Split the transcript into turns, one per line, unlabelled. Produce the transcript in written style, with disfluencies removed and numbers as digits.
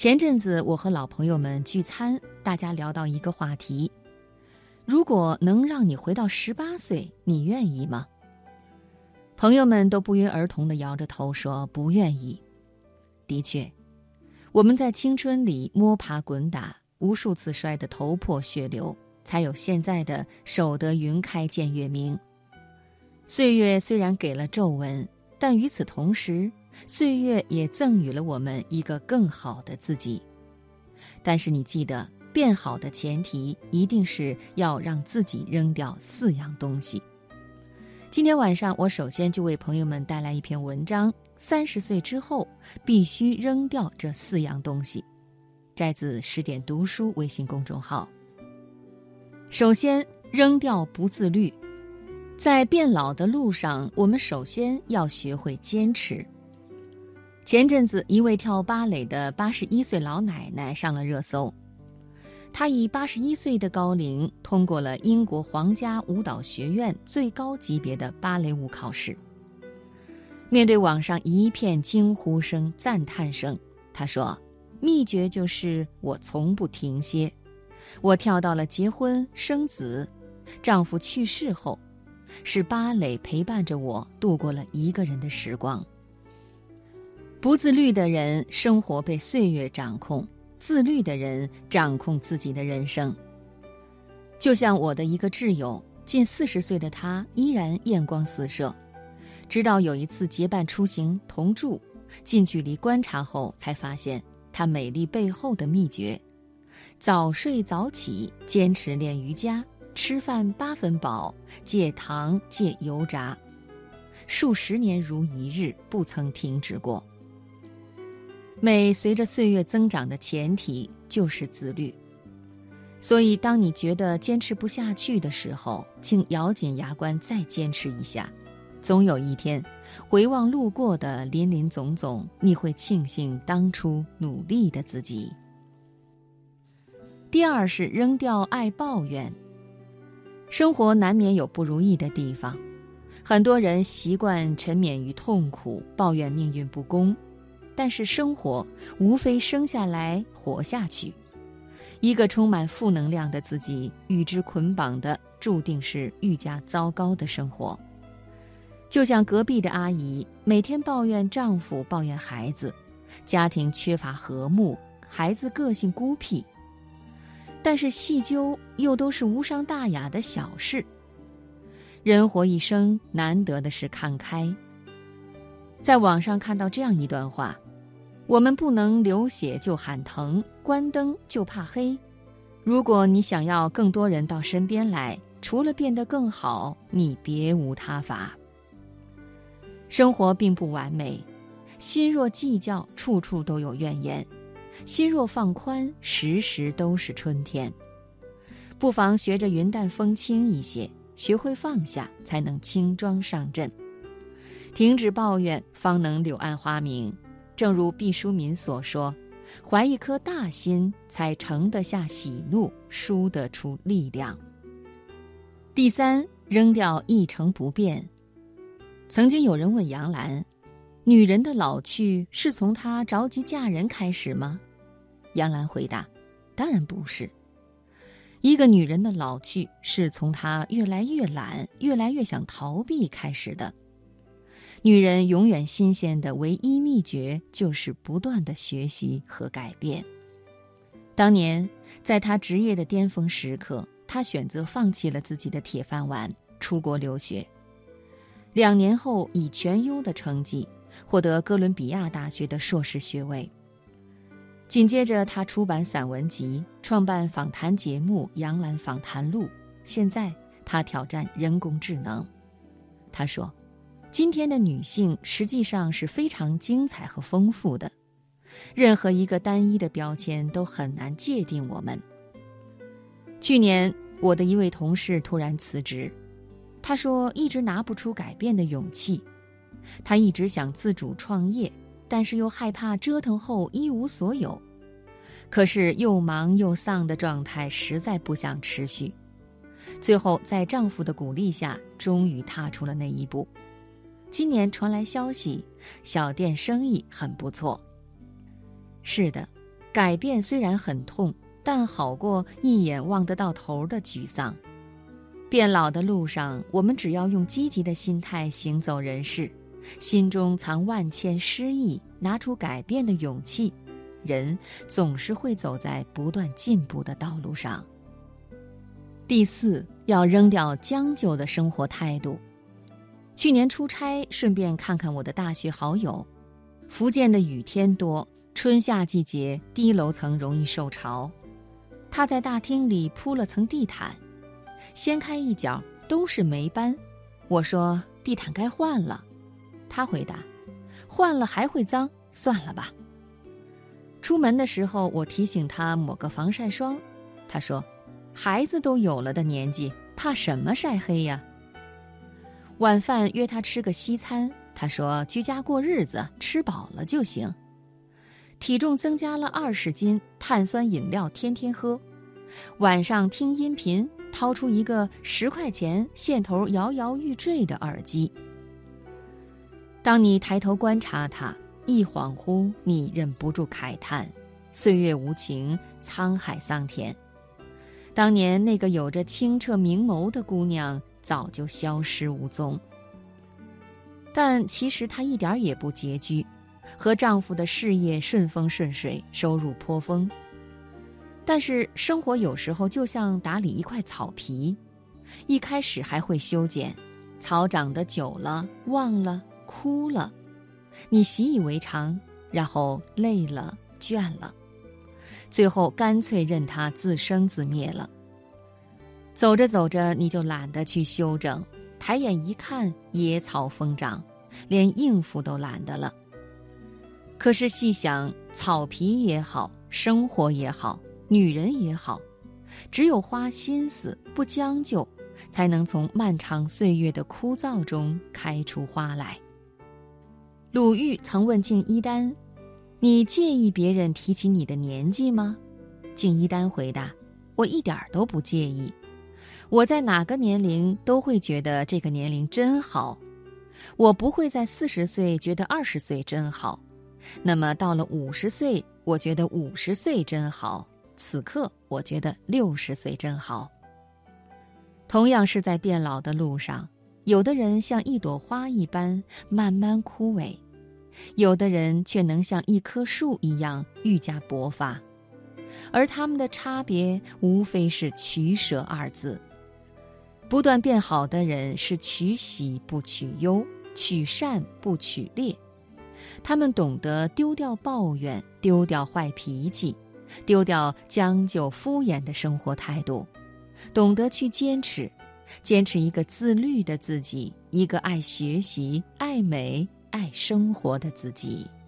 前阵子我和老朋友们聚餐，大家聊到一个话题：如果能让你回到18岁，你愿意吗？朋友们都不约而同地摇着头说不愿意。的确，我们在青春里摸爬滚打，无数次摔得头破血流，才有现在的守得云开见月明。岁月虽然给了皱纹，但与此同时，岁月也赠予了我们一个更好的自己。但是你记得，变好的前提一定是要让自己扔掉4样东西。今天晚上我首先就为朋友们带来一篇文章，30岁之后必须扔掉这4样东西，摘自10点读书微信公众号。首先，扔掉不自律。在变老的路上，我们首先要学会坚持。前阵子，一位跳芭蕾的81岁老奶奶上了热搜。她以81岁的高龄通过了英国皇家舞蹈学院最高级别的芭蕾舞考试。面对网上一片惊呼声、赞叹声，她说：“秘诀就是我从不停歇。我跳到了结婚、生子，丈夫去世后，是芭蕾陪伴着我度过了一个人的时光。”不自律的人，生活被岁月掌控；自律的人，掌控自己的人生。就像我的一个挚友，近40岁的他依然艳光四射，直到有一次结伴出行同住，近距离观察后才发现他美丽背后的秘诀：早睡早起，坚持练瑜伽，吃饭8分饱，戒糖戒油炸，数十年如一日，不曾停止过。美随着岁月增长的前提就是自律。所以当你觉得坚持不下去的时候，请咬紧牙关再坚持一下。总有一天，回望路过的林林总总，你会庆幸当初努力的自己。第二是扔掉爱抱怨。生活难免有不如意的地方，很多人习惯沉湎于痛苦，抱怨命运不公。但是生活无非生下来活下去，一个充满负能量的自己与之捆绑的注定是愈加糟糕的生活。就像隔壁的阿姨，每天抱怨丈夫，抱怨孩子，家庭缺乏和睦，孩子个性孤僻。但是细究又都是无伤大雅的小事。人活一生，难得的是看开。在网上看到这样一段话：我们不能流血就喊疼，关灯就怕黑。如果你想要更多人到身边来，除了变得更好，你别无他法。生活并不完美，心若计较，处处都有怨言；心若放宽，时时都是春天。不妨学着云淡风轻一些，学会放下，才能轻装上阵。停止抱怨，方能柳暗花明。正如毕淑敏所说，怀一颗大心，才盛得下喜怒，输得出力量。第三，扔掉一成不变。曾经有人问杨澜，女人的老去是从她着急嫁人开始吗？杨澜回答，当然不是。一个女人的老去是从她越来越懒，越来越想逃避开始的。女人永远新鲜的唯一秘诀就是不断的学习和改变。当年在她职业的巅峰时刻，她选择放弃了自己的铁饭碗，出国留学。2年后，以全优的成绩获得哥伦比亚大学的硕士学位。紧接着，她出版散文集，创办访谈节目《杨澜访谈录》。现在，她挑战人工智能。她说，今天的女性实际上是非常精彩和丰富的，任何一个单一的标签都很难界定我们。去年，我的一位同事突然辞职，他说一直拿不出改变的勇气。他一直想自主创业，但是又害怕折腾后一无所有。可是又忙又丧的状态实在不想持续。最后在丈夫的鼓励下，终于踏出了那一步。今年传来消息，小店生意很不错。是的， 改变虽然很痛，但好过一眼望得到头的沮丧。变老的路上，我们只要用积极的心态行走人世，心中藏万千诗意，拿出改变的勇气，人总是会走在不断进步的道路上。第四，要扔掉将就的生活态度。去年出差，顺便看看我的大学好友。福建的雨天多，春夏季节低楼层容易受潮。他在大厅里铺了层地毯，掀开一角都是霉斑。我说地毯该换了，他回答换了还会脏，算了吧。出门的时候我提醒他抹个防晒霜，他说孩子都有了的年纪，怕什么晒黑呀？晚饭约他吃个西餐，他说居家过日子，吃饱了就行。体重增加了20斤，碳酸饮料天天喝。晚上听音频，掏出一个10块钱线头摇摇欲坠的耳机。当你抬头观察他，一恍惚，你忍不住慨叹：岁月无情，沧海桑田。当年那个有着清澈明眸的姑娘，早就消失无踪。但其实她一点也不拮据，和丈夫的事业顺风顺水，收入颇丰。但是生活有时候就像打理一块草皮，一开始还会修剪，草长得久了，忘了，枯了，你习以为常，然后累了，倦了，最后干脆任它自生自灭了。走着走着，你就懒得去修整，抬眼一看，野草疯长，连应付都懒得了。可是细想，草皮也好，生活也好，女人也好，只有花心思，不将就，才能从漫长岁月的枯燥中开出花来。鲁豫曾问敬一丹：你介意别人提起你的年纪吗？敬一丹回答：我一点都不介意，我在哪个年龄都会觉得这个年龄真好。我不会在40岁觉得20岁真好，那么到了50岁，我觉得50岁真好，此刻我觉得60岁真好。同样是在变老的路上，有的人像一朵花一般慢慢枯萎，有的人却能像一棵树一样愈加勃发，而他们的差别无非是取舍二字。不断变好的人是取喜不取忧，取善不取劣。他们懂得丢掉抱怨，丢掉坏脾气，丢掉将就敷衍的生活态度，懂得去坚持一个自律的自己，一个爱学习、爱美、爱生活的自己。